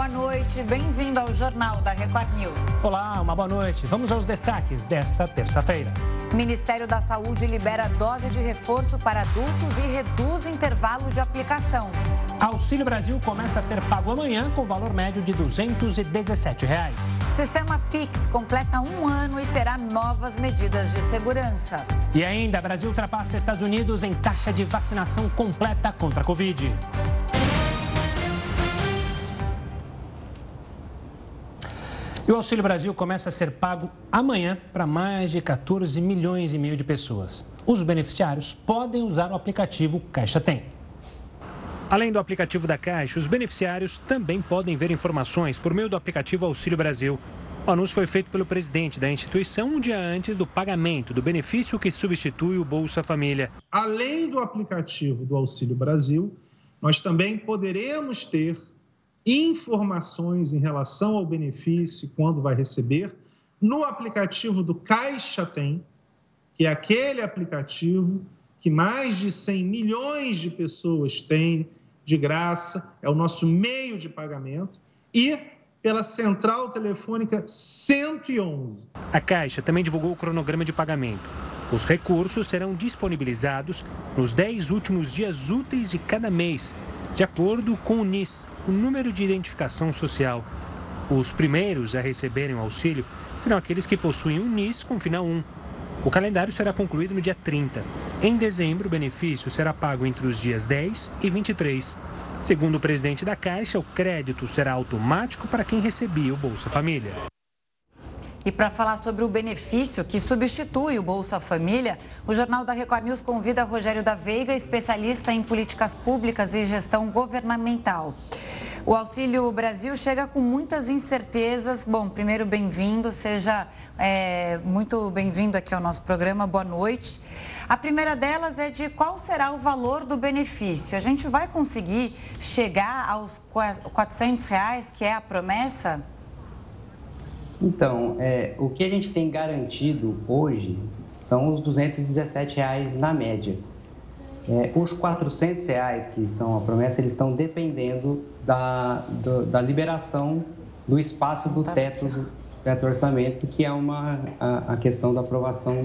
boa noite. Bem-vindo ao Jornal da Record News. Olá, uma boa noite. Vamos aos destaques desta terça-feira. O Ministério da Saúde libera dose de reforço para adultos e reduz intervalo de aplicação. Auxílio Brasil começa a ser pago amanhã com valor médio de R$ 217. Sistema Pix completa 1 ano e terá novas medidas de segurança. E ainda, Brasil ultrapassa Estados Unidos em taxa de vacinação completa contra a Covid. E o Auxílio Brasil começa a ser pago amanhã para mais de 14 milhões e meio de pessoas. Os beneficiários podem usar o aplicativo Caixa Tem. Além do aplicativo da Caixa, os beneficiários também podem ver informações por meio do aplicativo Auxílio Brasil. O anúncio foi feito pelo presidente da instituição um dia antes do pagamento do benefício que substitui o Bolsa Família. Além do aplicativo do Auxílio Brasil, nós também poderemos ter informações em relação ao benefício, quando vai receber, no aplicativo do Caixa Tem, que é aquele aplicativo que mais de 100 milhões de pessoas têm de graça, é o nosso meio de pagamento, e pela central telefônica 111. A Caixa também divulgou o cronograma de pagamento. Os recursos serão disponibilizados nos 10 últimos dias úteis de cada mês, de acordo com o NIS, o número de identificação social. Os primeiros a receberem o auxílio serão aqueles que possuem um NIS com final 1. O calendário será concluído no dia 30. Em dezembro, o benefício será pago entre os dias 10 e 23. Segundo o presidente da Caixa, o crédito será automático para quem recebia o Bolsa Família. E para falar sobre o benefício que substitui o Bolsa Família, o Jornal da Record News convida Rogério da Veiga, especialista em políticas públicas e gestão governamental. O Auxílio Brasil chega com muitas incertezas. Bom, primeiro, bem-vindo, seja muito bem-vindo aqui ao nosso programa, boa noite. A primeira delas é de qual será o valor do benefício. A gente vai conseguir chegar aos R$400, que é a promessa? Então, o que a gente tem garantido hoje são os R$217 na média. Os R$400, que são a promessa, eles estão dependendo da liberação do espaço do teto do orçamento, que é a questão da aprovação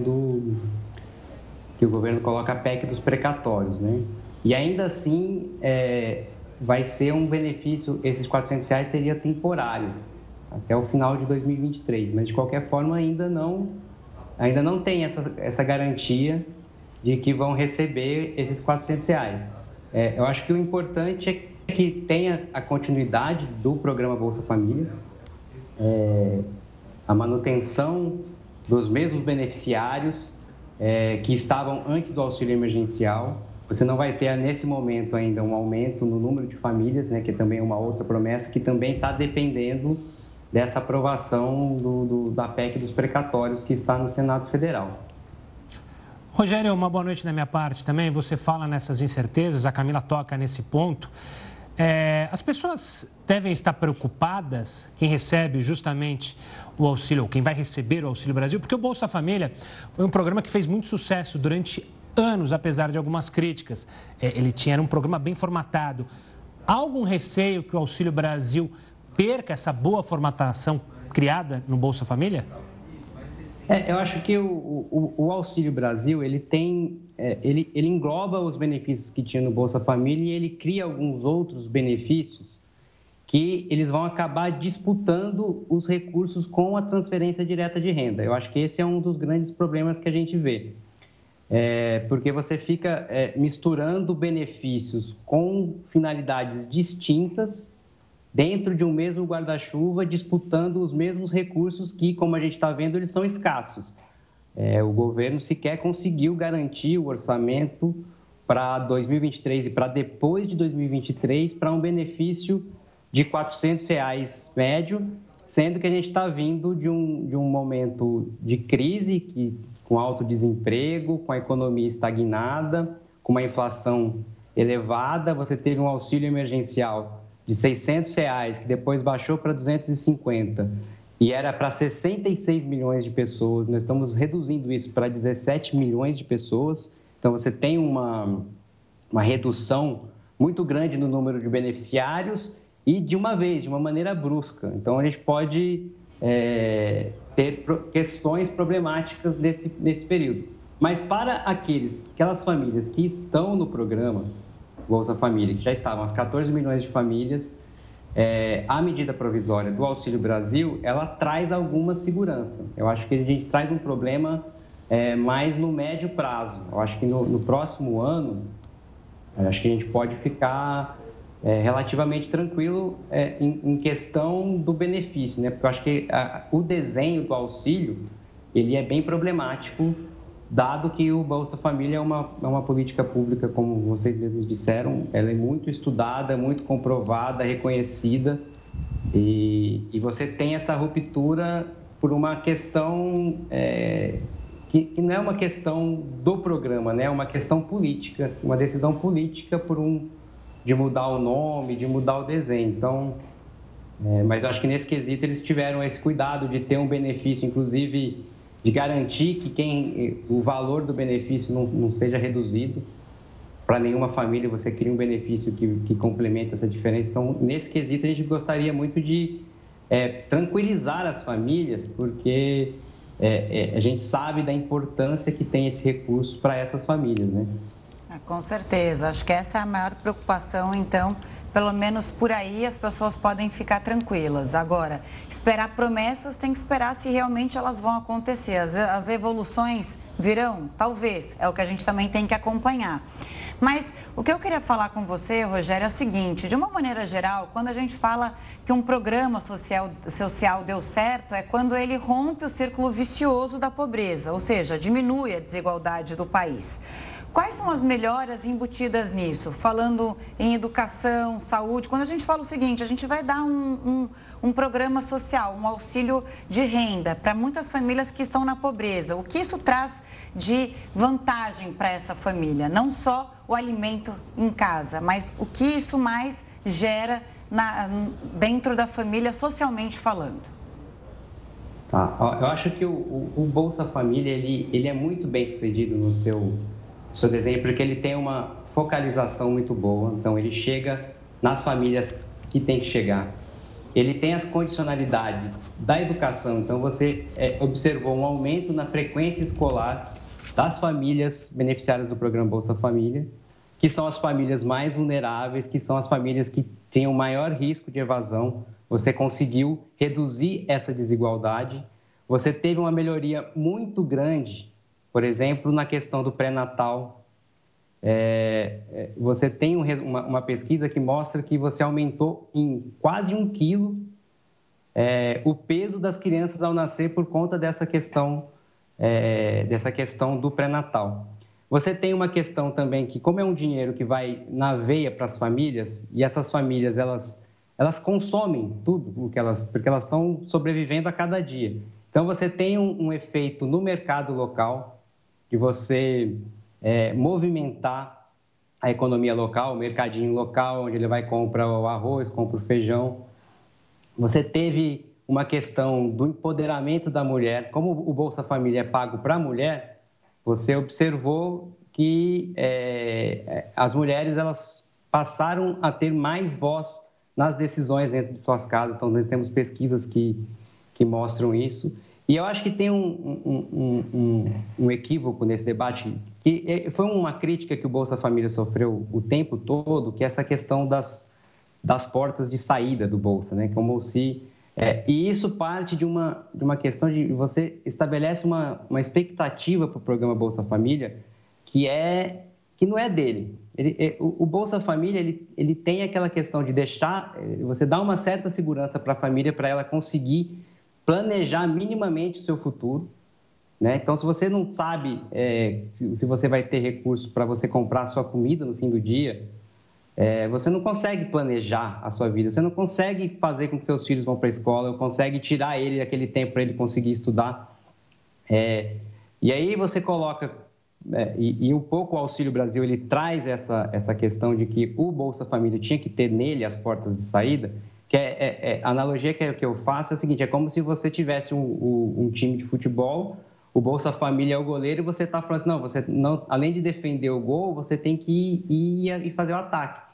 que o governo coloca a PEC dos precatórios, né? E ainda assim, vai ser um benefício, esses R$400 seria temporário, até o final de 2023, mas de qualquer forma ainda não tem essa garantia de que vão receber esses R$400. Eu acho que o importante é que tenha a continuidade do programa Bolsa Família, a manutenção dos mesmos beneficiários que estavam antes do auxílio emergencial. Você não vai ter nesse momento ainda um aumento no número de famílias, né, que é também uma outra promessa que também está dependendo dessa aprovação da PEC dos precatórios que está no Senado Federal. Rogério, uma boa noite da minha parte também. Você fala nessas incertezas, a Camila toca nesse ponto. As pessoas devem estar preocupadas, quem recebe justamente o auxílio, ou quem vai receber o Auxílio Brasil, porque o Bolsa Família foi um programa que fez muito sucesso durante anos, apesar de algumas críticas. Era um programa bem formatado. Há algum receio que o Auxílio Brasil perca essa boa formatação criada no Bolsa Família? Eu acho que o Auxílio Brasil, ele engloba os benefícios que tinha no Bolsa Família e ele cria alguns outros benefícios que eles vão acabar disputando os recursos com a transferência direta de renda. Eu acho que esse é um dos grandes problemas que a gente vê. Porque você fica misturando benefícios com finalidades distintas dentro de um mesmo guarda-chuva, disputando os mesmos recursos que, como a gente está vendo, eles são escassos. O governo sequer conseguiu garantir o orçamento para 2023 e para depois de 2023 para um benefício de R$400 médio, sendo que a gente está vindo de um momento de crise, com alto desemprego, com a economia estagnada, com uma inflação elevada. Você teve um auxílio emergencial de R$600, que depois baixou para 250, e era para 66 milhões de pessoas. Nós estamos reduzindo isso para 17 milhões de pessoas. Então, você tem uma redução muito grande no número de beneficiários e de uma vez, de uma maneira brusca. Então, a gente pode ter questões problemáticas nesse período. Mas para aquelas famílias que estão no programa Bolsa Família, que já estavam, as 14 milhões de famílias, a medida provisória do Auxílio Brasil, ela traz alguma segurança. Eu acho que a gente traz um problema mais no médio prazo. Eu acho que no próximo ano, acho que a gente pode ficar relativamente tranquilo em questão do benefício, né? Porque eu acho que o desenho do auxílio, ele é bem problemático, dado que o Bolsa Família é uma política pública, como vocês mesmos disseram, ela é muito estudada, muito comprovada, reconhecida, e você tem essa ruptura por uma questão que não é uma questão do programa, né? É uma questão política, uma decisão política de mudar o nome, de mudar o desenho. Então, mas eu acho que nesse quesito eles tiveram esse cuidado de ter um benefício, inclusive de garantir que o valor do benefício não seja reduzido. Para nenhuma família você cria um benefício que complementa essa diferença. Então, nesse quesito, a gente gostaria muito de tranquilizar as famílias, porque a gente sabe da importância que tem esse recurso para essas famílias, né? Com certeza. Acho que essa é a maior preocupação, então, pelo menos por aí as pessoas podem ficar tranquilas. Agora, esperar promessas, tem que esperar se realmente elas vão acontecer. As evoluções virão? Talvez, é o que a gente também tem que acompanhar. Mas o que eu queria falar com você, Rogério, é o seguinte: de uma maneira geral, quando a gente fala que um programa social deu certo, é quando ele rompe o círculo vicioso da pobreza, ou seja, diminui a desigualdade do país. Quais são as melhoras embutidas nisso? Falando em educação, saúde, quando a gente fala o seguinte, a gente vai dar um programa social, um auxílio de renda para muitas famílias que estão na pobreza. O que isso traz de vantagem para essa família? Não só o alimento em casa, mas o que isso mais gera dentro da família, socialmente falando? Eu acho que o Bolsa Família ele é muito bem sucedido no seu desenho, porque ele tem uma focalização muito boa. Então, ele chega nas famílias que tem que chegar. Ele tem as condicionalidades da educação. Então, você observou um aumento na frequência escolar das famílias beneficiárias do programa Bolsa Família, que são as famílias mais vulneráveis, que são as famílias que têm o maior risco de evasão. Você conseguiu reduzir essa desigualdade. Você teve uma melhoria muito grande, por exemplo, na questão do pré-natal. Você tem uma pesquisa que mostra que você aumentou em quase 1 quilo o peso das crianças ao nascer por conta dessa questão do pré-natal. Você tem uma questão também que, como é um dinheiro que vai na veia para as famílias, e essas famílias elas consomem tudo porque elas estão sobrevivendo a cada dia. Então, você tem um efeito no mercado local, de você movimentar a economia local, o mercadinho local, onde ele vai comprar o arroz, compra o feijão. Você teve uma questão do empoderamento da mulher. Como o Bolsa Família é pago para a mulher, você observou que as mulheres elas passaram a ter mais voz nas decisões dentro de suas casas. Então, nós temos pesquisas que mostram isso. E eu acho que tem um equívoco nesse debate, que foi uma crítica que o Bolsa Família sofreu o tempo todo, que é essa questão das portas de saída do Bolsa, né? Como se... e isso parte de uma questão de você estabelece uma expectativa para o programa Bolsa Família que não é dele. O Bolsa Família ele tem aquela questão de deixar... Você dá uma certa segurança para a família para ela conseguir planejar minimamente o seu futuro, né? Então, se você não sabe se você vai ter recurso para você comprar a sua comida no fim do dia, você não consegue planejar a sua vida, você não consegue fazer com que seus filhos vão para a escola, não consegue tirar ele aquele tempo para ele conseguir estudar. E aí você coloca... E um pouco o Auxílio Brasil, ele traz essa questão de que o Bolsa Família tinha que ter nele as portas de saída, que a analogia que eu faço é a seguinte: é como se você tivesse um time de futebol, o Bolsa Família é o goleiro, e você está falando assim, além de defender o gol, você tem que ir e fazer o ataque.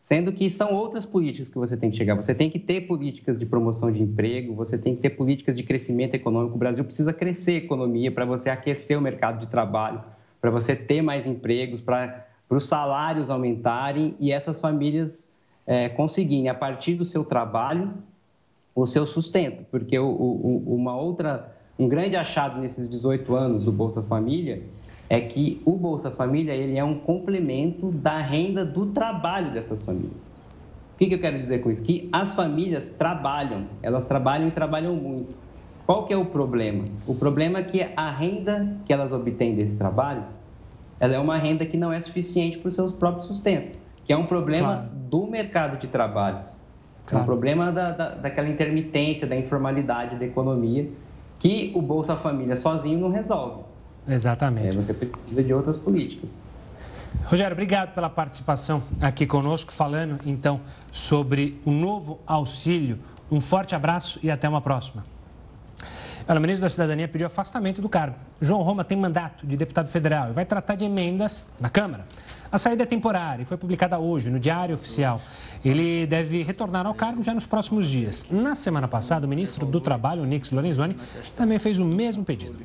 sendo que são outras políticas que você tem que chegar. Você tem que ter políticas de promoção de emprego, você tem que ter políticas de crescimento econômico. O Brasil precisa crescer a economia para você aquecer o mercado de trabalho, para você ter mais empregos, para os salários aumentarem e essas famílias conseguirem, a partir do seu trabalho, o seu sustento. Porque um grande achado nesses 18 anos do Bolsa Família é que o Bolsa Família ele é um complemento da renda do trabalho dessas famílias. O que eu quero dizer com isso? Que as famílias trabalham, elas trabalham e trabalham muito. Qual que é o problema? O problema é que a renda que elas obtêm desse trabalho, ela é uma renda que não é suficiente para o seu próprio sustento, que é um problema do mercado de trabalho. É um problema daquela intermitência, da informalidade da economia, que o Bolsa Família sozinho não resolve. Exatamente. Você precisa de outras políticas. Rogério, obrigado pela participação aqui conosco, falando então sobre o novo auxílio. Um forte abraço e até uma próxima. O ministro da Cidadania pediu afastamento do cargo. João Roma tem mandato de deputado federal e vai tratar de emendas na Câmara. A saída é temporária e foi publicada hoje no Diário Oficial. Ele deve retornar ao cargo já nos próximos dias. Na semana passada, o ministro do Trabalho, Onyx Lorenzoni, também fez o mesmo pedido.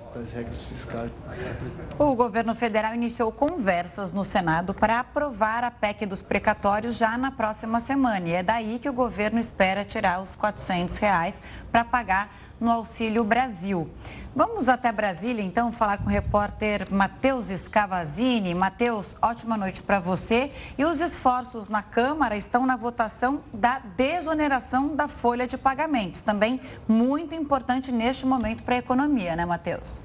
O governo federal iniciou conversas no Senado para aprovar a PEC dos precatórios já na próxima semana. E é daí que o governo espera tirar os R$ 400 para pagar no Auxílio Brasil. Vamos até Brasília, então, falar com o repórter Matheus Scavazini. Matheus, ótima noite para você. E os esforços na Câmara estão na votação da desoneração da folha de pagamentos. Também muito importante neste momento para a economia, né, Matheus?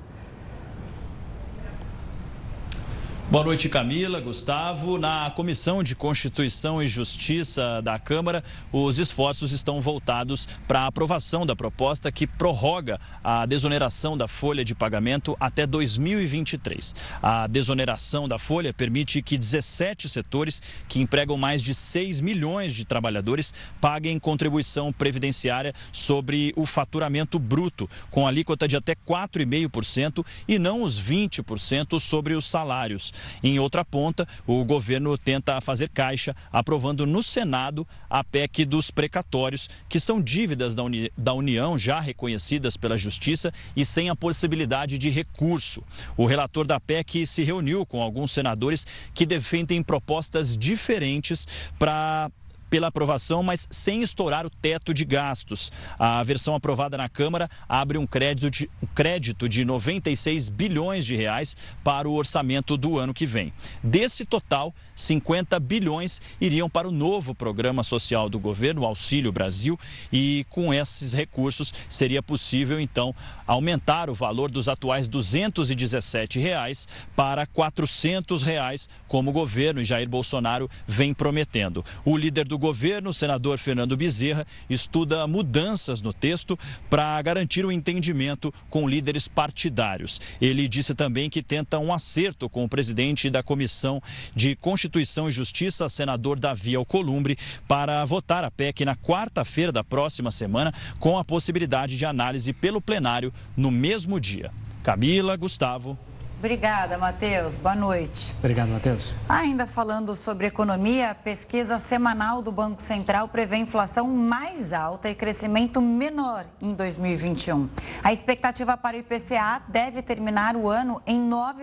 Boa noite, Camila, Gustavo. Na Comissão de Constituição e Justiça da Câmara, os esforços estão voltados para a aprovação da proposta que prorroga a desoneração da folha de pagamento até 2023. A desoneração da folha permite que 17 setores que empregam mais de 6 milhões de trabalhadores paguem contribuição previdenciária sobre o faturamento bruto, com alíquota de até 4,5% e não os 20% sobre os salários. Em outra ponta, o governo tenta fazer caixa, aprovando no Senado a PEC dos precatórios, que são dívidas da União já reconhecidas pela Justiça e sem a possibilidade de recurso. O relator da PEC se reuniu com alguns senadores que defendem propostas diferentes pela aprovação, mas sem estourar o teto de gastos. A versão aprovada na Câmara abre um crédito de 96 bilhões de reais para o orçamento do ano que vem. Desse total, 50 bilhões iriam para o novo programa social do governo, o Auxílio Brasil, e com esses recursos seria possível, então, aumentar o valor dos atuais R$ 217 para R$ 400, como o governo e Jair Bolsonaro vem prometendo. O líder do governo, o senador Fernando Bezerra, estuda mudanças no texto para garantir o entendimento com líderes partidários. Ele disse também que tenta um acerto com o presidente da Comissão de Constituição e Justiça, senador Davi Alcolumbre, para votar a PEC na quarta-feira da próxima semana, com a possibilidade de análise pelo plenário no mesmo dia. Camila, Gustavo. Obrigada, Matheus. Boa noite. Obrigado, Matheus. Ainda falando sobre economia, a pesquisa semanal do Banco Central prevê inflação mais alta e crescimento menor em 2021. A expectativa para o IPCA deve terminar o ano em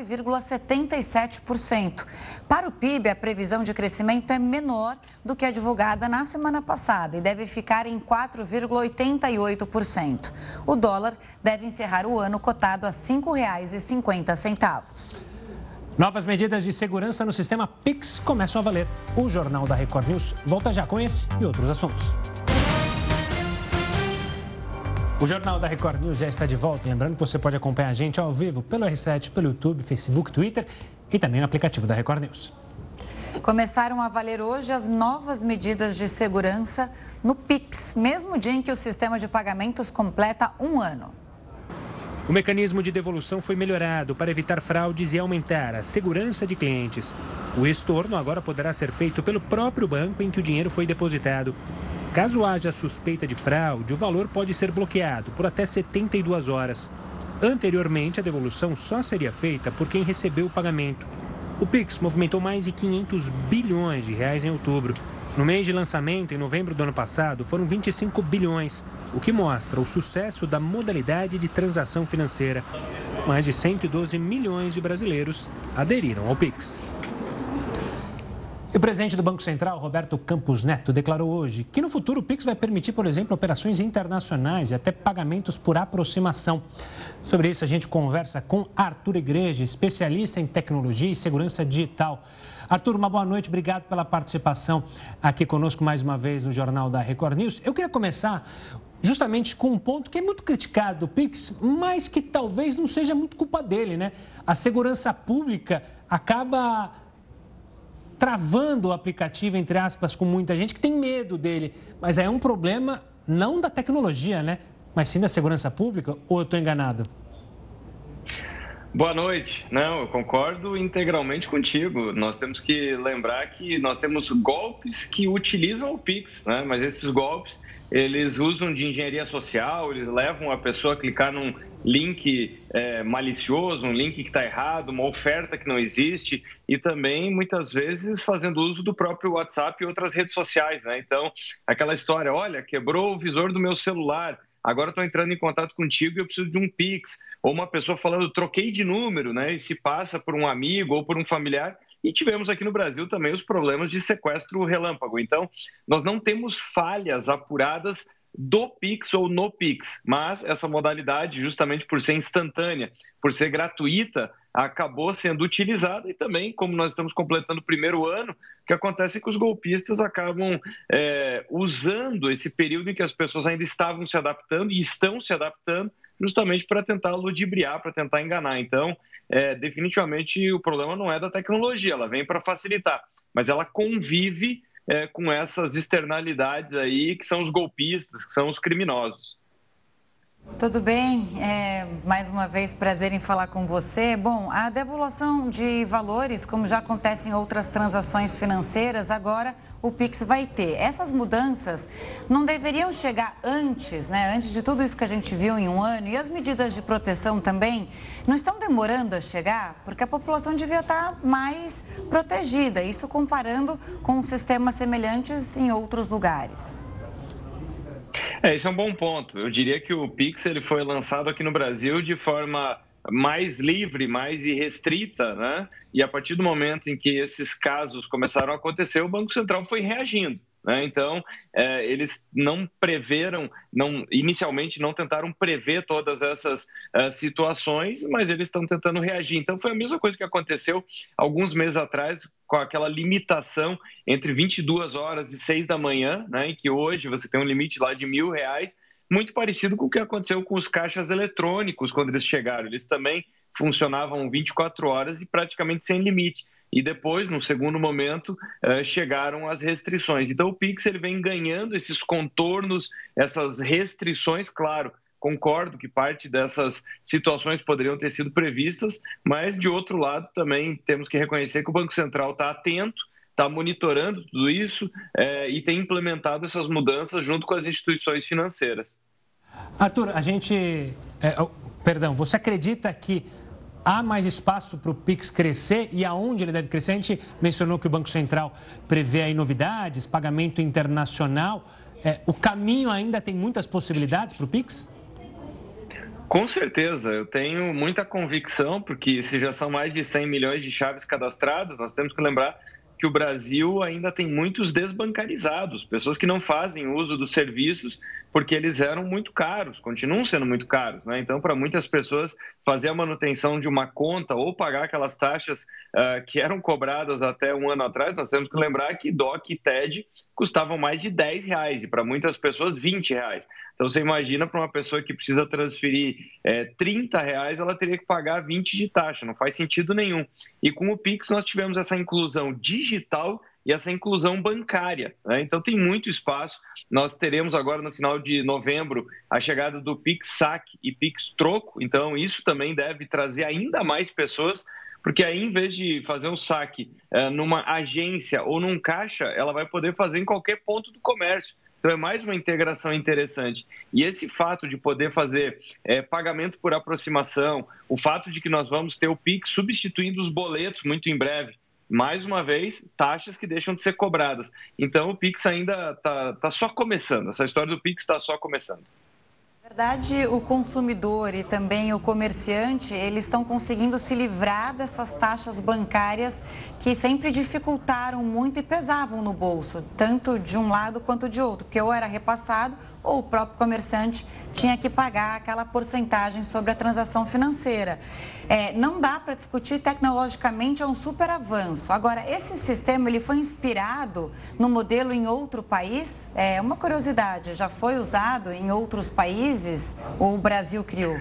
9,77%. Para o PIB, a previsão de crescimento é menor do que a divulgada na semana passada e deve ficar em 4,88%. O dólar deve encerrar o ano cotado a R$ 5,50. Novas medidas de segurança no sistema Pix começam a valer. O Jornal da Record News volta já com esse e outros assuntos. O Jornal da Record News já está de volta. Lembrando que você pode acompanhar a gente ao vivo pelo R7, pelo YouTube, Facebook, Twitter e também no aplicativo da Record News. Começaram a valer hoje as novas medidas de segurança no Pix, mesmo dia em que o sistema de pagamentos completa um ano. O mecanismo de devolução foi melhorado para evitar fraudes e aumentar a segurança de clientes. O estorno agora poderá ser feito pelo próprio banco em que o dinheiro foi depositado. Caso haja suspeita de fraude, o valor pode ser bloqueado por até 72 horas. Anteriormente, a devolução só seria feita por quem recebeu o pagamento. O Pix movimentou mais de 500 bilhões de reais em outubro. No mês de lançamento, em novembro do ano passado, foram 25 bilhões, o que mostra o sucesso da modalidade de transação financeira. Mais de 112 milhões de brasileiros aderiram ao Pix. E o presidente do Banco Central, Roberto Campos Neto, declarou hoje que no futuro o Pix vai permitir, por exemplo, operações internacionais e até pagamentos por aproximação. Sobre isso, a gente conversa com Arthur Igreja, especialista em tecnologia e segurança digital. Arthur, uma boa noite, obrigado pela participação aqui conosco mais uma vez no Jornal da Record News. Eu queria começar justamente com um ponto que é muito criticado do Pix, mas que talvez não seja muito culpa dele, né? A segurança pública acaba travando o aplicativo, entre aspas, com muita gente que tem medo dele. Mas é um problema não da tecnologia, né? Mas sim da segurança pública, ou eu estou enganado? Boa noite. Não, eu concordo integralmente contigo. Nós temos que lembrar que nós temos golpes que utilizam o Pix, né? Mas esses golpes, eles usam de engenharia social, eles levam a pessoa a clicar num link malicioso, um link que está errado, uma oferta que não existe e também, muitas vezes, fazendo uso do próprio WhatsApp e outras redes sociais, né? Então, aquela história, olha, quebrou o visor do meu celular, agora estou entrando em contato contigo e eu preciso de um Pix. Ou uma pessoa falando, troquei de número, né? E se passa por um amigo ou por um familiar. E tivemos aqui no Brasil também os problemas de sequestro relâmpago. Então, nós não temos falhas apuradas do Pix ou no Pix, mas essa modalidade, justamente por ser instantânea, por ser gratuita, acabou sendo utilizada e também, como nós estamos completando o primeiro ano, o que acontece é que os golpistas acabam usando esse período em que as pessoas ainda estavam se adaptando e estão se adaptando justamente para tentar ludibriar, para tentar enganar. Então, definitivamente o problema não é da tecnologia, ela vem para facilitar, mas ela convive com essas externalidades aí que são os golpistas, que são os criminosos. Tudo bem, mais uma vez prazer em falar com você. Bom, a devolução de valores, como já acontece em outras transações financeiras, agora o Pix vai ter. Essas mudanças não deveriam chegar antes, né? Antes de tudo isso que a gente viu em um ano, e as medidas de proteção também não estão demorando a chegar, porque a população devia estar mais protegida, isso comparando com sistemas semelhantes em outros lugares. Esse é um bom ponto. Eu diria que o Pix ele foi lançado aqui no Brasil de forma mais livre, mais irrestrita, né? E a partir do momento em que esses casos começaram a acontecer, o Banco Central foi reagindo, né? Então, eles não preveram, inicialmente não tentaram prever todas essas situações, mas eles estão tentando reagir. Então, foi a mesma coisa que aconteceu alguns meses atrás com aquela limitação entre 22 horas e 6 da manhã, né? Em que hoje você tem um limite lá de R$1.000, muito parecido com o que aconteceu com os caixas eletrônicos quando eles chegaram. Eles também funcionavam 24 horas e praticamente sem limite. E depois, no segundo momento, chegaram as restrições. Então, o Pix ele vem ganhando esses contornos, essas restrições, claro. Concordo que parte dessas situações poderiam ter sido previstas, mas, de outro lado, também temos que reconhecer que o Banco Central está atento, está monitorando tudo isso e tem implementado essas mudanças junto com as instituições financeiras. Arthur, você acredita que há mais espaço para o Pix crescer e aonde ele deve crescer? A gente mencionou que o Banco Central prevê aí novidades, pagamento internacional. O caminho ainda tem muitas possibilidades para o Pix? Com certeza, eu tenho muita convicção, porque se já são mais de 100 milhões de chaves cadastradas, nós temos que lembrar que o Brasil ainda tem muitos desbancarizados, pessoas que não fazem uso dos serviços porque eles eram muito caros, continuam sendo muito caros, né? Então, para muitas pessoas, fazer a manutenção de uma conta ou pagar aquelas taxas que eram cobradas até um ano atrás, nós temos que lembrar que DOC e TED custavam mais de R$10 e para muitas pessoas R$20. Então, você imagina para uma pessoa que precisa transferir R$30, ela teria que pagar 20 de taxa, não faz sentido nenhum. E com o Pix nós tivemos essa inclusão digital e essa inclusão bancária, né? Então, tem muito espaço. Nós teremos agora, no final de novembro, a chegada do Pix Saque e Pix Troco. Então, isso também deve trazer ainda mais pessoas, porque aí, em vez de fazer um saque numa agência ou num caixa, ela vai poder fazer em qualquer ponto do comércio. Então, é mais uma integração interessante. E esse fato de poder fazer pagamento por aproximação, o fato de que nós vamos ter o Pix substituindo os boletos muito em breve, mais uma vez, taxas que deixam de ser cobradas. Então, o Pix ainda está só começando. Essa história do Pix está só começando. Na verdade, o consumidor e também o comerciante, eles estão conseguindo se livrar dessas taxas bancárias que sempre dificultaram muito e pesavam no bolso, tanto de um lado quanto de outro, porque ou era repassado ou o próprio comerciante tinha que pagar aquela porcentagem sobre a transação financeira. Não dá para discutir tecnologicamente, é um super avanço. Agora, esse sistema ele foi inspirado no modelo em outro país? É uma curiosidade, já foi usado em outros países ou o Brasil criou?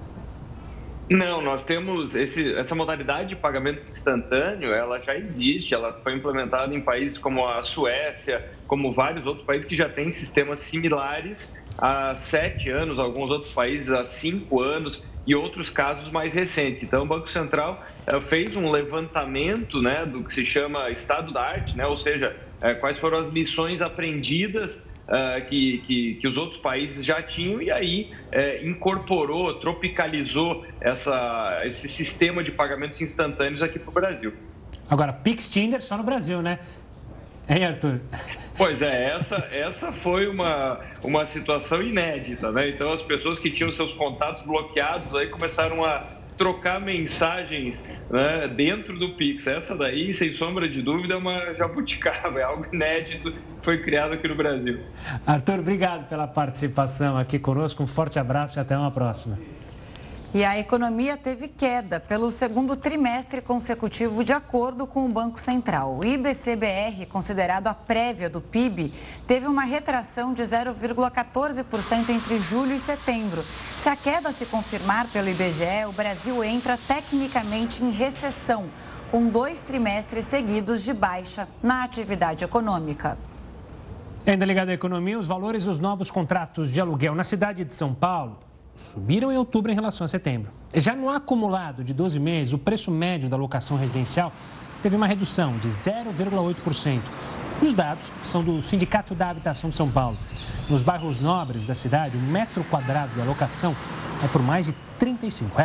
Não, nós temos essa modalidade de pagamento instantâneo, ela já existe, ela foi implementada em países como a Suécia, como vários outros países que já têm sistemas similares há 7 anos, alguns outros países há 5 anos e outros casos mais recentes. Então, o Banco Central fez um levantamento, né, do que se chama estado da arte, né, ou seja, quais foram as lições aprendidas que os outros países já tinham e aí incorporou, tropicalizou esse sistema de pagamentos instantâneos aqui para o Brasil. Agora, Pix Tinder só no Brasil, né? Hein, Arthur? Pois é, essa foi uma situação inédita, né? Então, as pessoas que tinham seus contatos bloqueados aí começaram a trocar mensagens, né, dentro do Pix. Essa daí, sem sombra de dúvida, é uma jabuticaba, é algo inédito que foi criado aqui no Brasil. Arthur, obrigado pela participação aqui conosco. Um forte abraço e até uma próxima. E a economia teve queda pelo segundo trimestre consecutivo, de acordo com o Banco Central. O IBC-BR, considerado a prévia do PIB, teve uma retração de 0,14% entre julho e setembro. Se a queda se confirmar pelo IBGE, o Brasil entra tecnicamente em recessão, com 2 trimestres seguidos de baixa na atividade econômica. Ainda ligado à economia, os valores dos novos contratos de aluguel na cidade de São Paulo subiram em outubro em relação a setembro. Já no acumulado de 12 meses, o preço médio da locação residencial teve uma redução de 0,8%. Os dados são do Sindicato da Habitação de São Paulo. Nos bairros nobres da cidade, o metro quadrado da locação é por mais de R$ 35.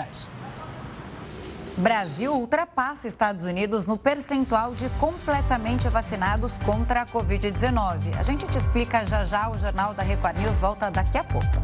Brasil ultrapassa Estados Unidos no percentual de completamente vacinados contra a Covid-19. A gente te explica já já, o Jornal da Record News volta daqui a pouco.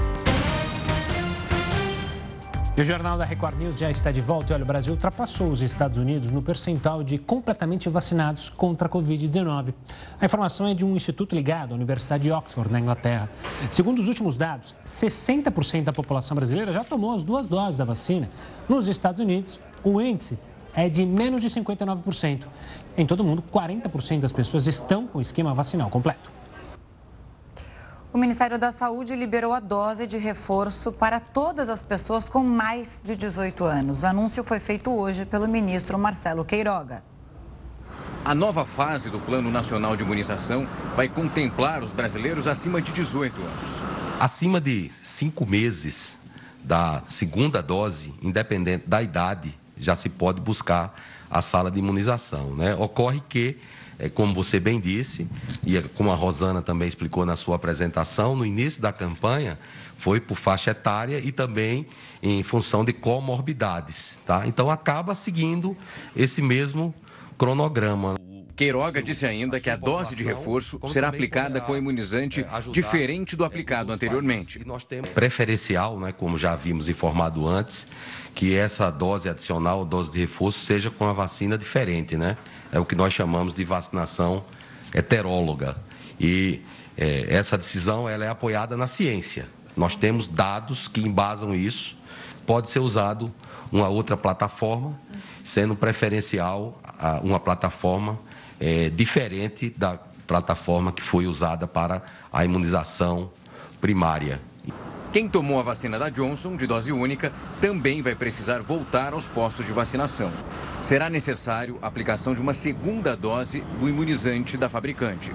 E o Jornal da Record News já está de volta. E olha, o Brasil ultrapassou os Estados Unidos no percentual de completamente vacinados contra a Covid-19. A informação é de um instituto ligado à Universidade de Oxford, na Inglaterra. Segundo os últimos dados, 60% da população brasileira já tomou as 2 doses da vacina. Nos Estados Unidos, o índice é de menos de 59%. Em todo o mundo, 40% das pessoas estão com o esquema vacinal completo. O Ministério da Saúde liberou a dose de reforço para todas as pessoas com mais de 18 anos. O anúncio foi feito hoje pelo ministro Marcelo Queiroga. A nova fase do Plano Nacional de Imunização vai contemplar os brasileiros acima de 18 anos. Acima de 5 meses da segunda dose, independente da idade, já se pode buscar a sala de imunização, né? Ocorre que, como você bem disse, e como a Rosana também explicou na sua apresentação, no início da campanha foi por faixa etária e também em função de comorbidades, tá? Então acaba seguindo esse mesmo cronograma. Queiroga disse ainda que a dose de reforço será aplicada com imunizante diferente do aplicado anteriormente. Preferencial, né, como já havíamos informado antes, que essa dose adicional, dose de reforço, seja com a vacina diferente, né? É o que nós chamamos de vacinação heteróloga. E essa decisão ela é apoiada na ciência. Nós temos dados que embasam isso. Pode ser usado uma outra plataforma, sendo preferencial uma plataforma diferente da plataforma que foi usada para a imunização primária. Quem tomou a vacina da Johnson, de dose única, também vai precisar voltar aos postos de vacinação. Será necessário a aplicação de uma segunda dose do imunizante da fabricante.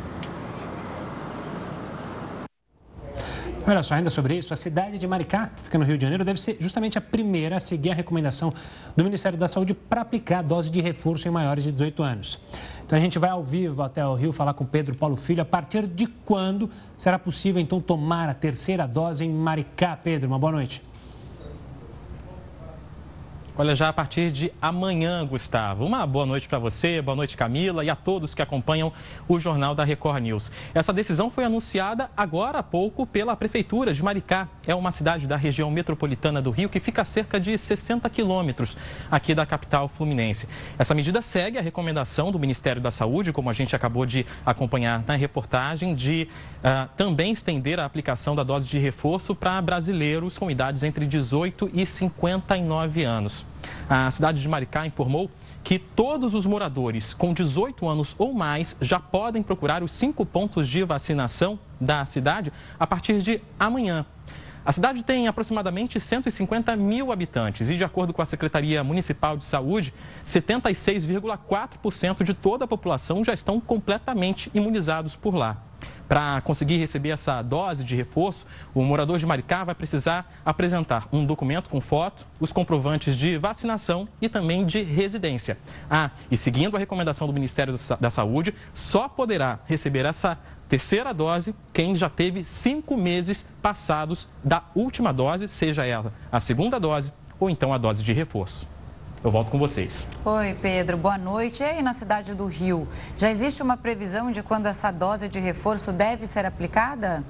Olha só, ainda sobre isso, a cidade de Maricá, que fica no Rio de Janeiro, deve ser justamente a primeira a seguir a recomendação do Ministério da Saúde para aplicar a dose de reforço em maiores de 18 anos. Então a gente vai ao vivo até o Rio falar com Pedro Paulo Filho. A partir de quando será possível, então, tomar a terceira dose em Maricá? Pedro, uma boa noite. Olha, já a partir de amanhã, Gustavo. Uma boa noite para você, boa noite, Camila, e a todos que acompanham o Jornal da Record News. Essa decisão foi anunciada agora há pouco pela Prefeitura de Maricá. É uma cidade da região metropolitana do Rio que fica a cerca de 60 quilômetros aqui da capital fluminense. Essa medida segue a recomendação do Ministério da Saúde, como a gente acabou de acompanhar na reportagem, de também estender a aplicação da dose de reforço para brasileiros com idades entre 18 e 59 anos. A cidade de Maricá informou que todos os moradores com 18 anos ou mais já podem procurar os 5 pontos de vacinação da cidade a partir de amanhã. A cidade tem aproximadamente 150 mil habitantes e, de acordo com a Secretaria Municipal de Saúde, 76,4% de toda a população já estão completamente imunizados por lá. Para conseguir receber essa dose de reforço, o morador de Maricá vai precisar apresentar um documento com foto, os comprovantes de vacinação e também de residência. E seguindo a recomendação do Ministério da Saúde, só poderá receber essa terceira dose quem já teve 5 meses passados da última dose, seja ela a segunda dose ou então a dose de reforço. Eu volto com vocês. Oi, Pedro. Boa noite. E aí, na cidade do Rio, já existe uma previsão de quando essa dose de reforço deve ser aplicada?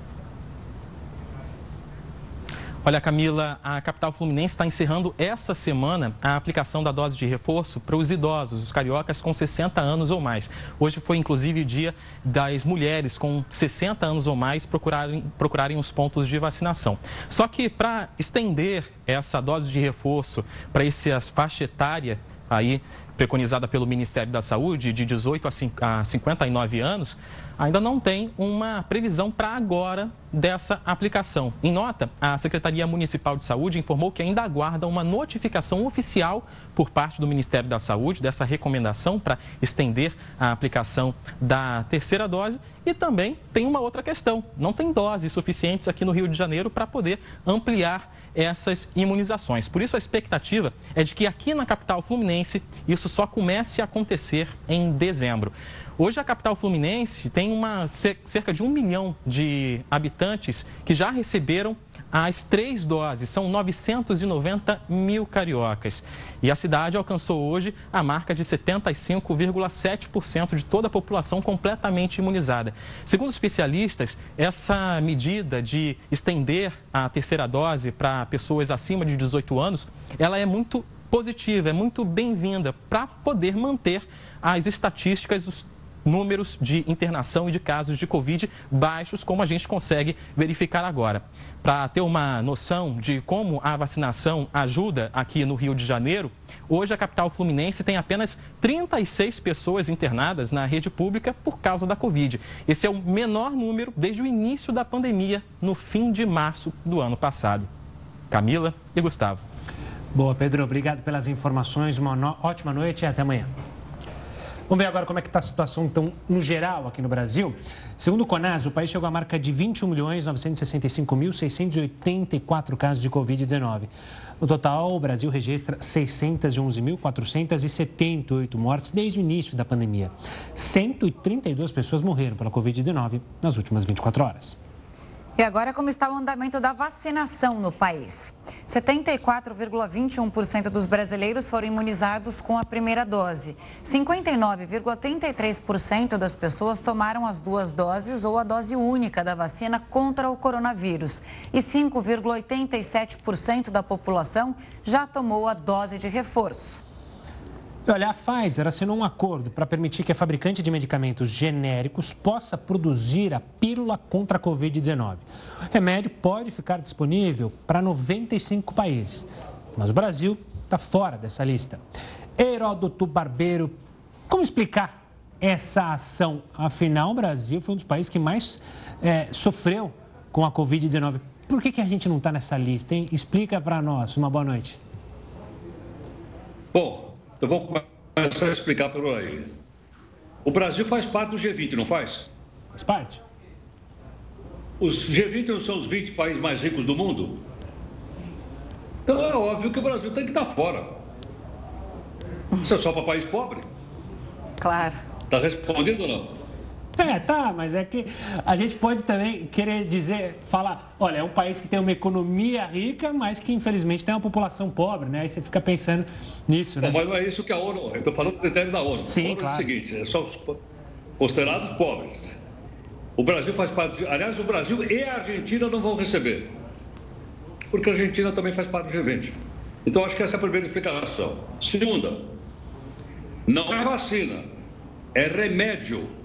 Olha, Camila, a capital fluminense está encerrando essa semana a aplicação da dose de reforço para os idosos, os cariocas com 60 anos ou mais. Hoje foi, inclusive, o dia das mulheres com 60 anos ou mais procurarem os pontos de vacinação. Só que para estender essa dose de reforço para essa faixa etária aí preconizada pelo Ministério da Saúde, de 18 a 59 anos, ainda não tem uma previsão para agora dessa aplicação. Em nota, a Secretaria Municipal de Saúde informou que ainda aguarda uma notificação oficial por parte do Ministério da Saúde dessa recomendação para estender a aplicação da terceira dose. E também tem uma outra questão, não tem doses suficientes aqui no Rio de Janeiro para poder ampliar essas imunizações. Por isso, a expectativa é de que aqui na capital fluminense isso só comece a acontecer em dezembro. Hoje, a capital fluminense tem cerca de 1 milhão de habitantes que já receberam as 3 doses. São 990 mil cariocas. E a cidade alcançou hoje a marca de 75,7% de toda a população completamente imunizada. Segundo especialistas, essa medida de estender a terceira dose para pessoas acima de 18 anos, ela é muito positiva, é muito bem-vinda para poder manter as estatísticas, os números de internação e de casos de Covid baixos, como a gente consegue verificar agora. Para ter uma noção de como a vacinação ajuda aqui no Rio de Janeiro, hoje a capital fluminense tem apenas 36 pessoas internadas na rede pública por causa da Covid. Esse é o menor número desde o início da pandemia, no fim de março do ano passado. Camila e Gustavo. Boa, Pedro. Obrigado pelas informações. Uma ótima noite e até amanhã. Vamos ver agora como é que está a situação, então, no geral aqui no Brasil. Segundo o CONAS, o país chegou à marca de 21.965.684 casos de Covid-19. No total, o Brasil registra 611.478 mortes desde o início da pandemia. 132 pessoas morreram pela Covid-19 nas últimas 24 horas. E agora, como está o andamento da vacinação no país? 74,21% dos brasileiros foram imunizados com a primeira dose. 59,33% das pessoas tomaram as 2 doses ou a dose única da vacina contra o coronavírus. E 5,87% da população já tomou a dose de reforço. Olha, a Pfizer assinou um acordo para permitir que a fabricante de medicamentos genéricos possa produzir a pílula contra a Covid-19. O remédio pode ficar disponível para 95 países, mas o Brasil está fora dessa lista. Heródoto Barbeiro, como explicar essa ação? Afinal, o Brasil foi um dos países que mais sofreu com a Covid-19. Por que a gente não está nessa lista, hein? Explica para nós. Uma boa noite. Bom, eu vou começar a explicar por aí. O Brasil faz parte do G20, não faz? Faz parte. Os G20 não são os 20 países mais ricos do mundo? Então é óbvio que o Brasil tem que estar fora. Isso é só para país pobre? Claro. Está respondido ou não? Tá, mas é que a gente pode também querer falar, olha, é um país que tem uma economia rica, mas que infelizmente tem uma população pobre, né? Aí você fica pensando nisso, né? Não, mas não é isso que a ONU, eu estou falando do critério da ONU. Sim, a ONU claro. É o seguinte, são considerados pobres. O Brasil faz parte, aliás, o Brasil e a Argentina não vão receber, porque a Argentina também faz parte do G20. Então, acho que essa é a primeira explicação. Segunda, não é vacina, é remédio.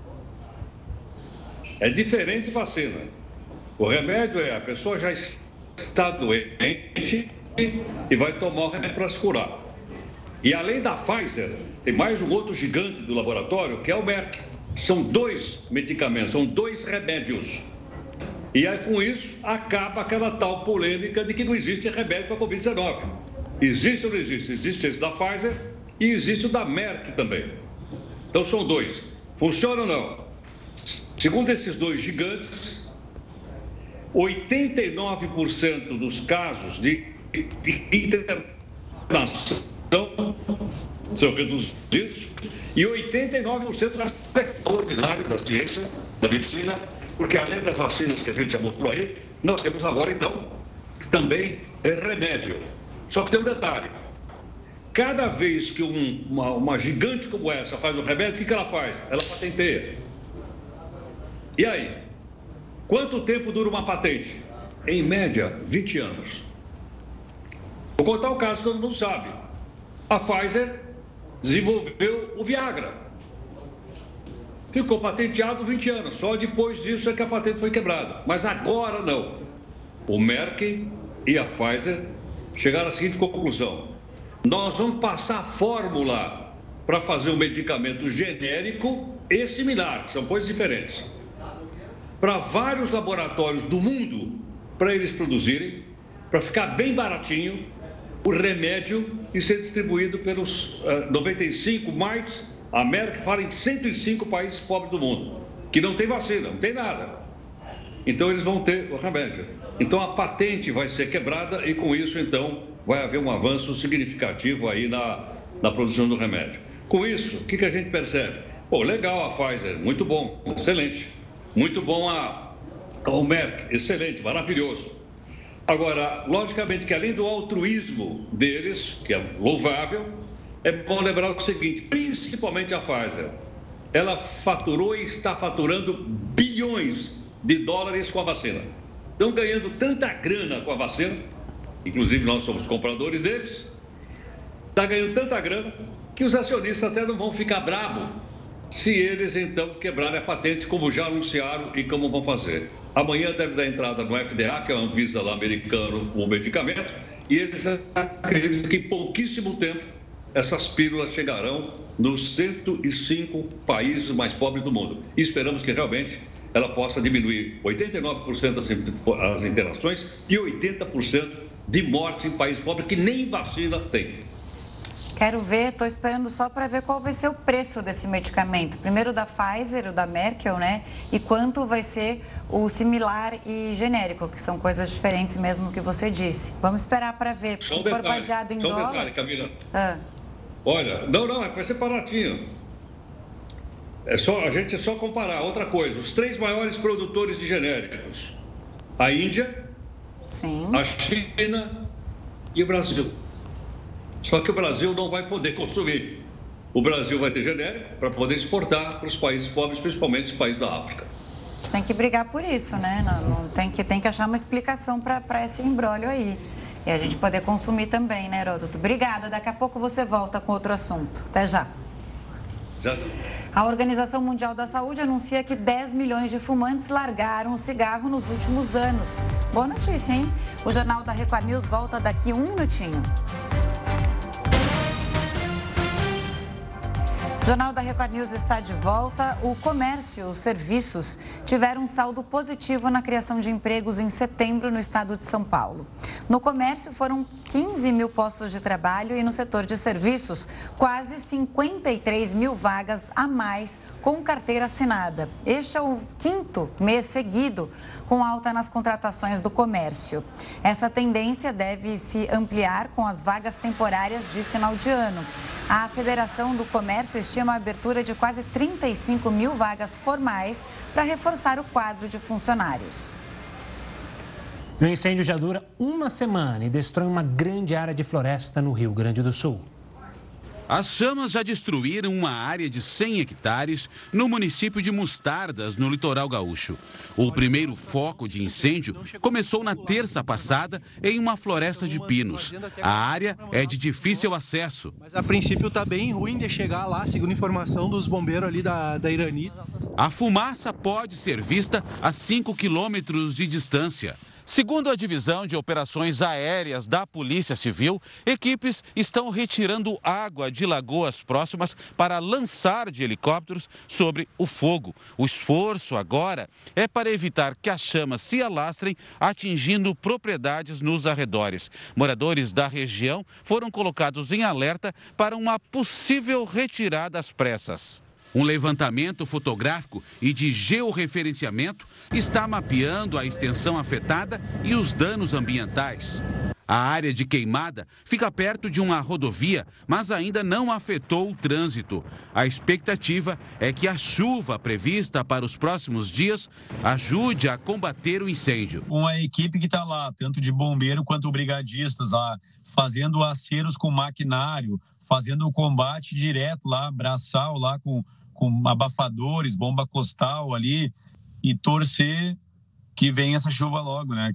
É diferente de vacina. O remédio a pessoa já está doente e vai tomar o remédio para se curar. E além da Pfizer, tem mais um outro gigante do laboratório, que é o Merck. São 2 medicamentos, são 2 remédios. E aí, com isso, acaba aquela tal polêmica de que não existe remédio para a Covid-19. Existe ou não existe? Existe esse da Pfizer e existe o da Merck também. Então, são 2. Funciona ou não? Segundo esses 2 gigantes, 89% dos casos de internação são reduzidos e 89% é extraordinário da ciência, da medicina, porque além das vacinas que a gente já mostrou aí, nós temos agora, então, também remédio. Só que tem um detalhe. Cada vez que uma gigante como essa faz um remédio, o que ela faz? Ela patenteia. E aí? Quanto tempo dura uma patente? Em média, 20 anos. Vou contar o caso que todo mundo sabe. A Pfizer desenvolveu o Viagra. Ficou patenteado 20 anos. Só depois disso é que a patente foi quebrada. Mas agora não. O Merck e a Pfizer chegaram à seguinte conclusão. Nós vamos passar a fórmula para fazer um medicamento genérico e similar, que são coisas diferentes, para vários laboratórios do mundo, para eles produzirem, para ficar bem baratinho, o remédio e ser distribuído pelos 95 mais, a Merck fala em 105 países pobres do mundo, que não tem vacina, não tem nada. Então eles vão ter o remédio. Então a patente vai ser quebrada e com isso então vai haver um avanço significativo aí na produção do remédio. Com isso, o que a gente percebe? Pô, legal a Pfizer, muito bom, excelente. Muito bom o Merck, excelente, maravilhoso. Agora, logicamente que além do altruísmo deles, que é louvável, é bom lembrar o seguinte, principalmente a Pfizer, ela faturou e está faturando bilhões de dólares com a vacina. Estão ganhando tanta grana com a vacina, inclusive nós somos compradores deles, está ganhando tanta grana que os acionistas até não vão ficar bravos se eles, então, quebrarem a patente, como já anunciaram e como vão fazer. Amanhã deve dar entrada no FDA, que é a Anvisa lá americano, o medicamento, e eles acreditam que em pouquíssimo tempo essas pílulas chegarão nos 105 países mais pobres do mundo. E esperamos que realmente ela possa diminuir 89% das internações e 80% de mortes em países pobres que nem vacina tem. Quero ver, estou esperando só para ver qual vai ser o preço desse medicamento. Primeiro o da Pfizer, o da Merkel, né? E quanto vai ser o similar e genérico, que são coisas diferentes mesmo que você disse. Vamos esperar para ver. Se for baseado em dólar... Só um detalhe, Camila. Olha, não, vai ser baratinho. A gente é só comparar. Outra coisa, os 3 maiores produtores de genéricos. A Índia, sim, a China e o Brasil. Só que o Brasil não vai poder consumir. O Brasil vai ter genérico para poder exportar para os países pobres, principalmente os países da África. Tem que brigar por isso, né? Não tem que achar uma explicação para esse imbróglio aí. E a gente poder consumir também, né, Heródoto? Obrigada. Daqui a pouco você volta com outro assunto. Até já. A Organização Mundial da Saúde anuncia que 10 milhões de fumantes largaram o cigarro nos últimos anos. Boa notícia, hein? O Jornal da Record News volta daqui um minutinho. O Jornal da Record News está de volta. O comércio e os serviços tiveram um saldo positivo na criação de empregos em setembro no estado de São Paulo. No comércio foram 15 mil postos de trabalho e no setor de serviços quase 53 mil vagas a mais com carteira assinada. Este é o 5º mês seguido com alta nas contratações do comércio. Essa tendência deve se ampliar com as vagas temporárias de final de ano. A Federação do Comércio estima a abertura de quase 35 mil vagas formais para reforçar o quadro de funcionários. O incêndio já dura uma semana e destrói uma grande área de floresta no Rio Grande do Sul. As chamas já destruíram uma área de 100 hectares no município de Mostardas, no litoral gaúcho. O primeiro foco de incêndio começou na terça passada em uma floresta de pinos. A área é de difícil acesso. Mas a princípio está bem ruim de chegar lá, segundo informação dos bombeiros ali da Irani. A fumaça pode ser vista a 5 quilômetros de distância. Segundo a Divisão de Operações Aéreas da Polícia Civil, equipes estão retirando água de lagoas próximas para lançar de helicópteros sobre o fogo. O esforço agora é para evitar que as chamas se alastrem, atingindo propriedades nos arredores. Moradores da região foram colocados em alerta para uma possível retirada às pressas. Um levantamento fotográfico e de georreferenciamento está mapeando a extensão afetada e os danos ambientais. A área de queimada fica perto de uma rodovia, mas ainda não afetou o trânsito. A expectativa é que a chuva prevista para os próximos dias ajude a combater o incêndio. Uma equipe que está lá, tanto de bombeiro quanto brigadistas lá, fazendo aceros com maquinário, fazendo o combate direto lá, braçal lá com abafadores, bomba costal ali e torcer que venha essa chuva logo, né?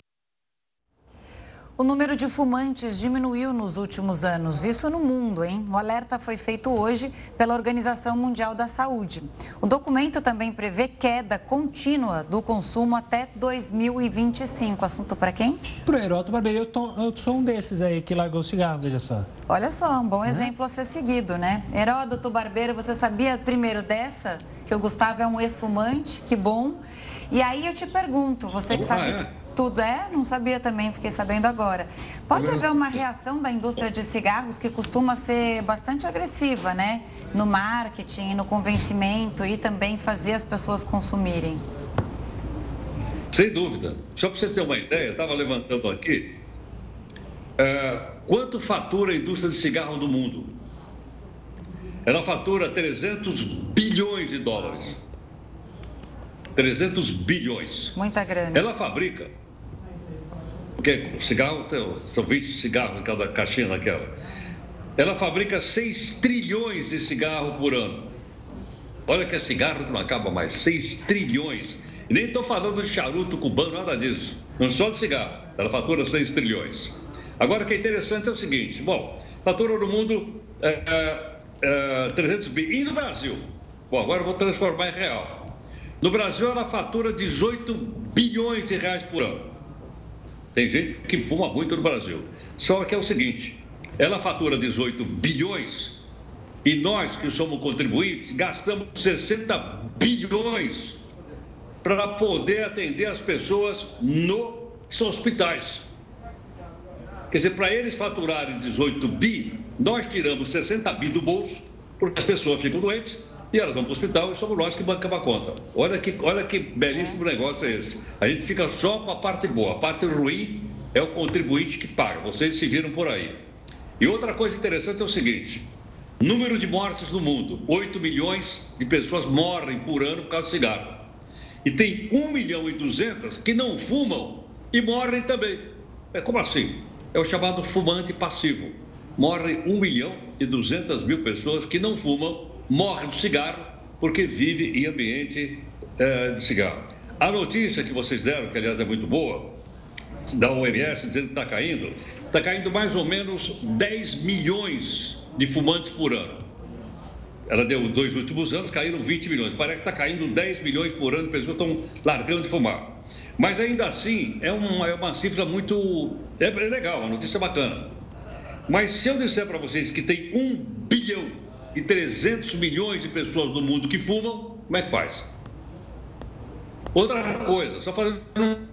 O número de fumantes diminuiu nos últimos anos, isso no mundo, hein? O alerta foi feito hoje pela Organização Mundial da Saúde. O documento também prevê queda contínua do consumo até 2025. Assunto para quem? Pro Heródoto Barbeiro, eu sou um desses aí que largou o cigarro, veja só. Olha só, um bom exemplo a ser seguido, né? Heródoto Barbeiro, você sabia primeiro dessa? Que o Gustavo é um ex-fumante, que bom. E aí eu te pergunto, você que sabe tudo, não sabia também, fiquei sabendo agora. Pode haver uma reação da indústria de cigarros que costuma ser bastante agressiva, né? No marketing, no convencimento e também fazer as pessoas consumirem. Sem dúvida. Só para você ter uma ideia, eu estava levantando aqui, quanto fatura a indústria de cigarro no mundo? Ela fatura 300 bilhões de dólares. 300 bilhões. Muita grana. Ela fabrica, porque o cigarro, são 20 cigarros em cada caixinha daquela. Ela fabrica 6 trilhões de cigarro por ano. Olha que é cigarro que não acaba mais, 6 trilhões. E nem estou falando de charuto cubano, nada disso. Não só de cigarro. Ela fatura 6 trilhões. Agora, o que é interessante é o seguinte. Bom, fatura no mundo 300 bilhões. E no Brasil? Bom, agora eu vou transformar em real. No Brasil, ela fatura 18 bilhões de reais por ano. Tem gente que fuma muito no Brasil. Só que é o seguinte, ela fatura 18 bilhões e nós, que somos contribuintes, gastamos 60 bilhões para poder atender as pessoas nos hospitais. Quer dizer, para eles faturarem 18 bi, nós tiramos 60 bi do bolso, porque as pessoas ficam doentes, e elas vão para o hospital e somos nós que bancamos a conta. Olha que belíssimo negócio é esse. A gente fica só com a parte boa. A parte ruim é o contribuinte que paga. Vocês se viram por aí. E outra coisa interessante é o seguinte. Número de mortes no mundo. 8 milhões de pessoas morrem por ano por causa do cigarro. E tem 1,2 milhão que não fumam e morrem também. Como assim? É o chamado fumante passivo. Morrem 1,2 milhão pessoas que não fumam, morre do cigarro porque vive em ambiente de cigarro. A notícia que vocês deram, que aliás é muito boa, da OMS dizendo que está caindo mais ou menos 10 milhões de fumantes por ano. Ela deu 2 últimos anos, caíram 20 milhões. Parece que está caindo 10 milhões por ano, pessoas estão largando de fumar. Mas ainda assim, é uma cifra muito... É legal, uma notícia bacana. Mas se eu disser para vocês que tem 1 bilhão e 300 milhões de pessoas no mundo que fumam, como é que faz? Outra coisa, só fazendo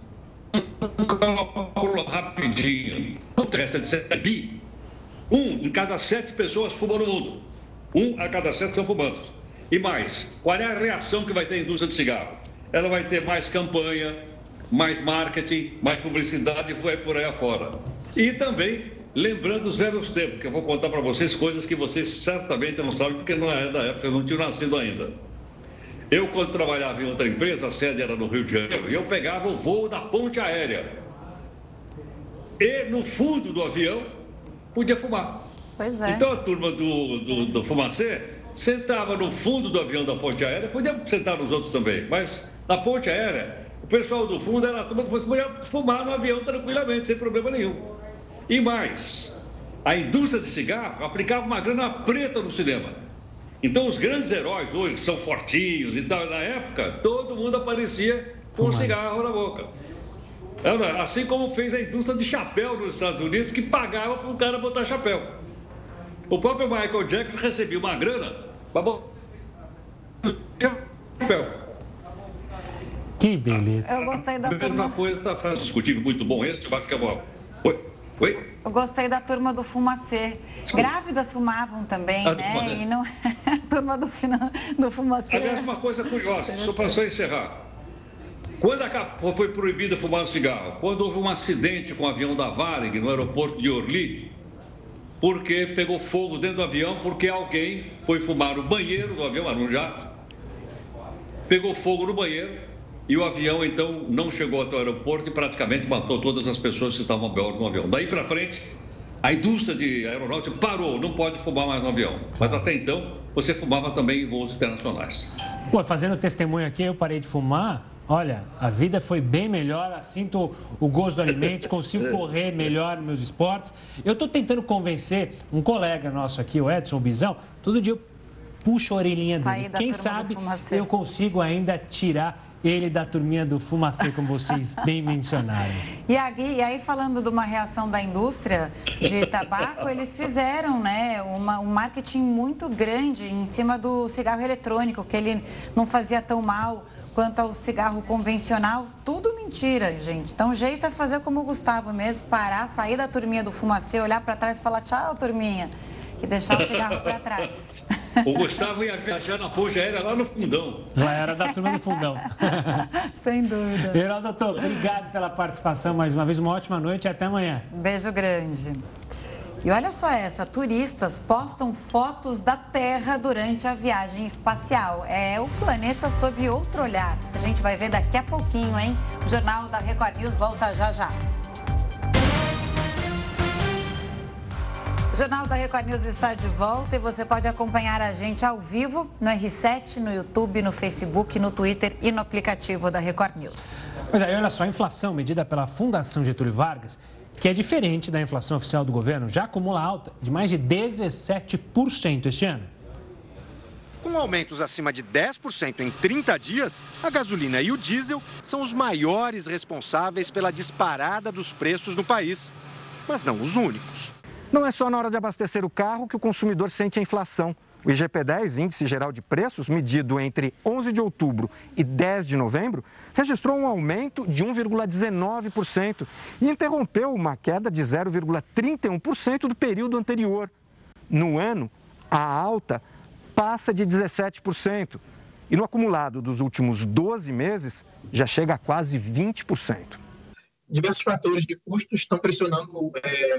um cálculo rapidinho. O resto de 7 bi. 1 em cada 7 pessoas fuma no mundo. 1 a cada 7 são fumantes. E mais, qual é a reação que vai ter a indústria de cigarro? Ela vai ter mais campanha, mais marketing, mais publicidade e vai por aí afora. E também lembrando os velhos tempos, que eu vou contar para vocês coisas que vocês certamente não sabem, porque não é da época, eu não tinha nascido ainda. Eu, quando trabalhava em outra empresa, a sede era no Rio de Janeiro, e eu pegava o voo da ponte aérea. E no fundo do avião, podia fumar. Pois é. Então a turma do Fumacê sentava no fundo do avião da ponte aérea, podia sentar nos outros também, mas na ponte aérea, o pessoal do fundo era a turma que podia fumar no avião tranquilamente, sem problema nenhum. E mais, a indústria de cigarro aplicava uma grana preta no cinema. Então os grandes heróis hoje, que são fortinhos e tal, na época, todo mundo aparecia com um cigarro na boca. Assim como fez a indústria de chapéu nos Estados Unidos, que pagava para o cara botar chapéu. O próprio Michael Jackson recebia uma grana para botar chapéu. Que beleza. Eu gostei da turma. Mesma coisa, tá discutindo, muito bom esse, eu acho que é bom. Oi? Eu gostei da turma do Fumacê. Grávidas fumavam também, né? E não... a turma do Fumacê. Aliás, uma coisa curiosa, só para só encerrar. Quando foi proibido fumar cigarro? Quando houve um acidente com o avião da Varig no aeroporto de Orly, porque pegou fogo dentro do avião, porque alguém foi fumar no banheiro do avião, era um jato, pegou fogo no banheiro e o avião, então, não chegou até o aeroporto e praticamente matou todas as pessoas que estavam a bordo do avião. Daí para frente, a indústria de aeronáutica parou, não pode fumar mais no avião. Mas até então, você fumava também em voos internacionais. Pô, fazendo testemunho aqui, eu parei de fumar. Olha, a vida foi bem melhor, sinto o gosto do alimento, consigo correr melhor nos meus esportes. Eu estou tentando convencer um colega nosso aqui, o Edson Bizão, todo dia eu puxo a orelhinha dele. Quem sabe eu consigo ainda tirar ele da turminha do Fumacê, como vocês bem mencionaram. E aí, falando de uma reação da indústria de tabaco, eles fizeram, né, um marketing muito grande em cima do cigarro eletrônico, que ele não fazia tão mal quanto ao cigarro convencional. Tudo mentira, gente. Então, o jeito é fazer como o Gustavo mesmo, parar, sair da turminha do Fumacê, olhar para trás e falar tchau, turminha, e deixar o cigarro para trás. O Gustavo ia viajar na ponte aérea lá no fundão. Lá era da turma do fundão. Sem dúvida. Geraldo, doutor, obrigado pela participação mais uma vez. Uma ótima noite e até amanhã. Um beijo grande. E olha só essa, turistas postam fotos da Terra durante a viagem espacial. É o planeta sob outro olhar. A gente vai ver daqui a pouquinho, hein? O Jornal da Record News volta já já. O Jornal da Record News está de volta e você pode acompanhar a gente ao vivo no R7, no YouTube, no Facebook, no Twitter e no aplicativo da Record News. Pois é, olha só, a inflação medida pela Fundação Getúlio Vargas, que é diferente da inflação oficial do governo, já acumula alta de mais de 17% este ano. Com aumentos acima de 10% em 30 dias, a gasolina e o diesel são os maiores responsáveis pela disparada dos preços no país, mas não os únicos. Não é só na hora de abastecer o carro que o consumidor sente a inflação. O IGP-10, Índice Geral de Preços, medido entre 11 de outubro e 10 de novembro, registrou um aumento de 1,19% e interrompeu uma queda de 0,31% do período anterior. No ano, a alta passa de 17% e no acumulado dos últimos 12 meses já chega a quase 20%. Diversos fatores de custos estão pressionando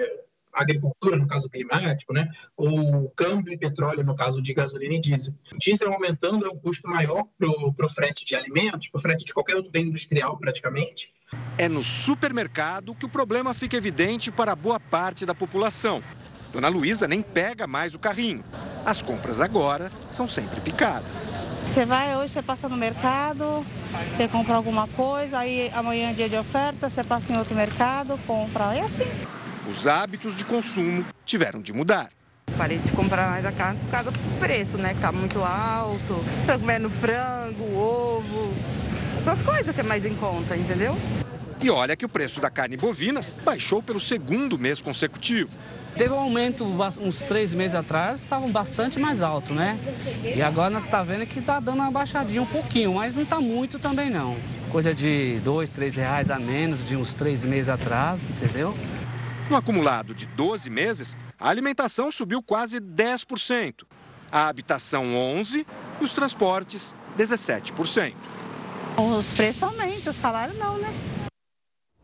a agricultura, no caso climático, né? O câmbio e petróleo, no caso de gasolina e diesel. O diesel aumentando é um custo maior para o frete de alimentos, para o frete de qualquer outro bem industrial, praticamente. É no supermercado que o problema fica evidente para boa parte da população. Dona Luísa nem pega mais o carrinho. As compras agora são sempre picadas. Você vai hoje, você passa no mercado, você compra alguma coisa, aí amanhã é dia de oferta, você passa em outro mercado, compra, é assim. Os hábitos de consumo tiveram de mudar. Parei de comprar mais a carne por causa do preço, né? Que tá muito alto. Tô comendo frango, ovo, essas coisas que é mais em conta, entendeu? E olha que o preço da carne bovina baixou pelo segundo mês consecutivo. Teve um aumento uns 3 meses atrás, estavam bastante mais alto, né? E agora nós estamos vendo que está dando uma baixadinha um pouquinho, mas não está muito também não. Coisa de R$2, R$3 a menos de uns 3 meses atrás, entendeu? No acumulado de 12 meses, a alimentação subiu quase 10%, a habitação 11% e os transportes 17%. Os preços aumentam, o salário não, né?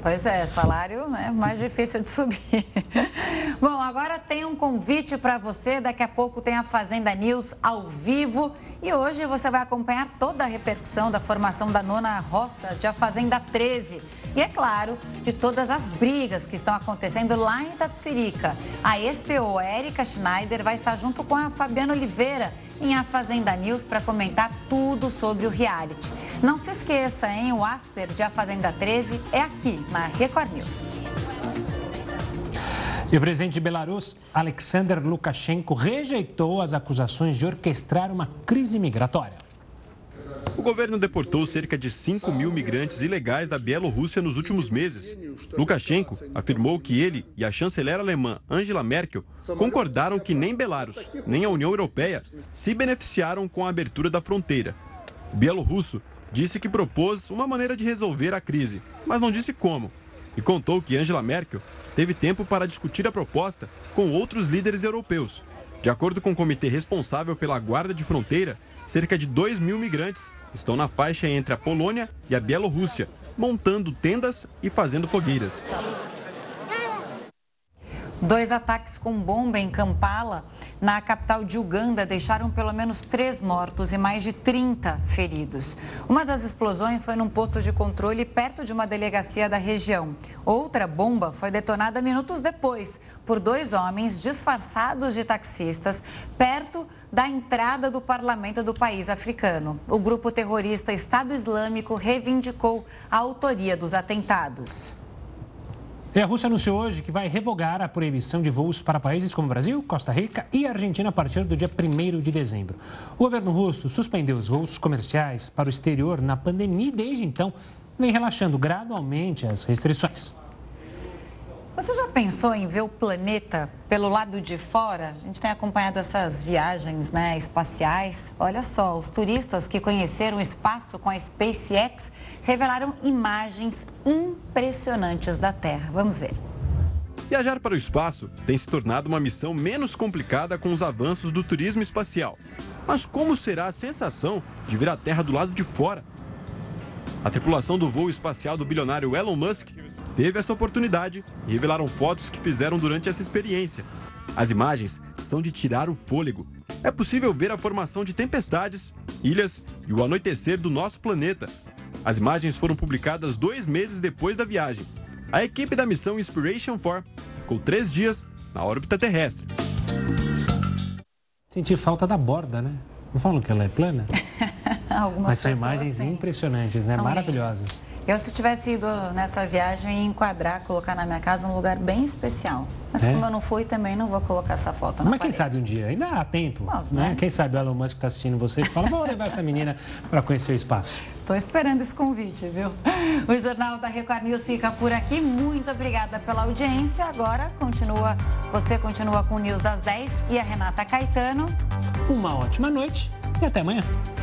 Pois é, salário é mais difícil de subir. Bom, agora tem um convite para você. Daqui a pouco tem a Fazenda News ao vivo. E hoje você vai acompanhar toda a repercussão da formação da 9ª roça de A Fazenda 13. E, é claro, de todas as brigas que estão acontecendo lá em Itapecerica. A ex-PO Érica Schneider vai estar junto com a Fabiana Oliveira em A Fazenda News para comentar tudo sobre o reality. Não se esqueça, hein? O after de A Fazenda 13 é aqui, na Record News. E o presidente de Belarus, Alexander Lukashenko, rejeitou as acusações de orquestrar uma crise migratória. O governo deportou cerca de 5 mil migrantes ilegais da Bielorrússia nos últimos meses. Lukashenko afirmou que ele e a chanceler alemã Angela Merkel concordaram que nem Belarus, nem a União Europeia se beneficiaram com a abertura da fronteira. O bielorrusso disse que propôs uma maneira de resolver a crise, mas não disse como. E contou que Angela Merkel teve tempo para discutir a proposta com outros líderes europeus. De acordo com o comitê responsável pela guarda de fronteira, cerca de 2 mil migrantes estão na faixa entre a Polônia e a Bielorrússia, montando tendas e fazendo fogueiras. 2 ataques com bomba em Kampala, na capital de Uganda, deixaram pelo menos 3 mortos e mais de 30 feridos. Uma das explosões foi num posto de controle perto de uma delegacia da região. Outra bomba foi detonada minutos depois por 2 homens disfarçados de taxistas perto da entrada do parlamento do país africano. O grupo terrorista Estado Islâmico reivindicou a autoria dos atentados. E a Rússia anunciou hoje que vai revogar a proibição de voos para países como Brasil, Costa Rica e Argentina a partir do dia 1º de dezembro. O governo russo suspendeu os voos comerciais para o exterior na pandemia e, desde então, vem relaxando gradualmente as restrições. Você já pensou em ver o planeta pelo lado de fora? A gente tem acompanhado essas viagens, espaciais. Olha só, os turistas que conheceram o espaço com a SpaceX revelaram imagens impressionantes da Terra. Vamos ver. Viajar para o espaço tem se tornado uma missão menos complicada com os avanços do turismo espacial. Mas como será a sensação de ver a Terra do lado de fora? A tripulação do voo espacial do bilionário Elon Musk teve essa oportunidade e revelaram fotos que fizeram durante essa experiência. As imagens são de tirar o fôlego. É possível ver a formação de tempestades, ilhas e o anoitecer do nosso planeta. As imagens foram publicadas 2 meses depois da viagem. A equipe da missão Inspiration4 ficou 3 dias na órbita terrestre. Senti falta da borda, né? Não falam que ela é plana? Algumas Mas são imagens impressionantes, né? Maravilhosas. Lindas. Eu, se tivesse ido nessa viagem, ia enquadrar, colocar na minha casa um lugar bem especial. Mas como eu não fui, também não vou colocar essa foto na parede. Mas quem sabe um dia? Ainda há tempo, né? Quem sabe o Elon Musk está assistindo você e fala, vou levar essa menina para conhecer o espaço. Estou esperando esse convite, viu? O Jornal da Record News fica por aqui. Muito obrigada pela audiência. Agora, você continua com o News das 10 e a Renata Caetano. Uma ótima noite e até amanhã.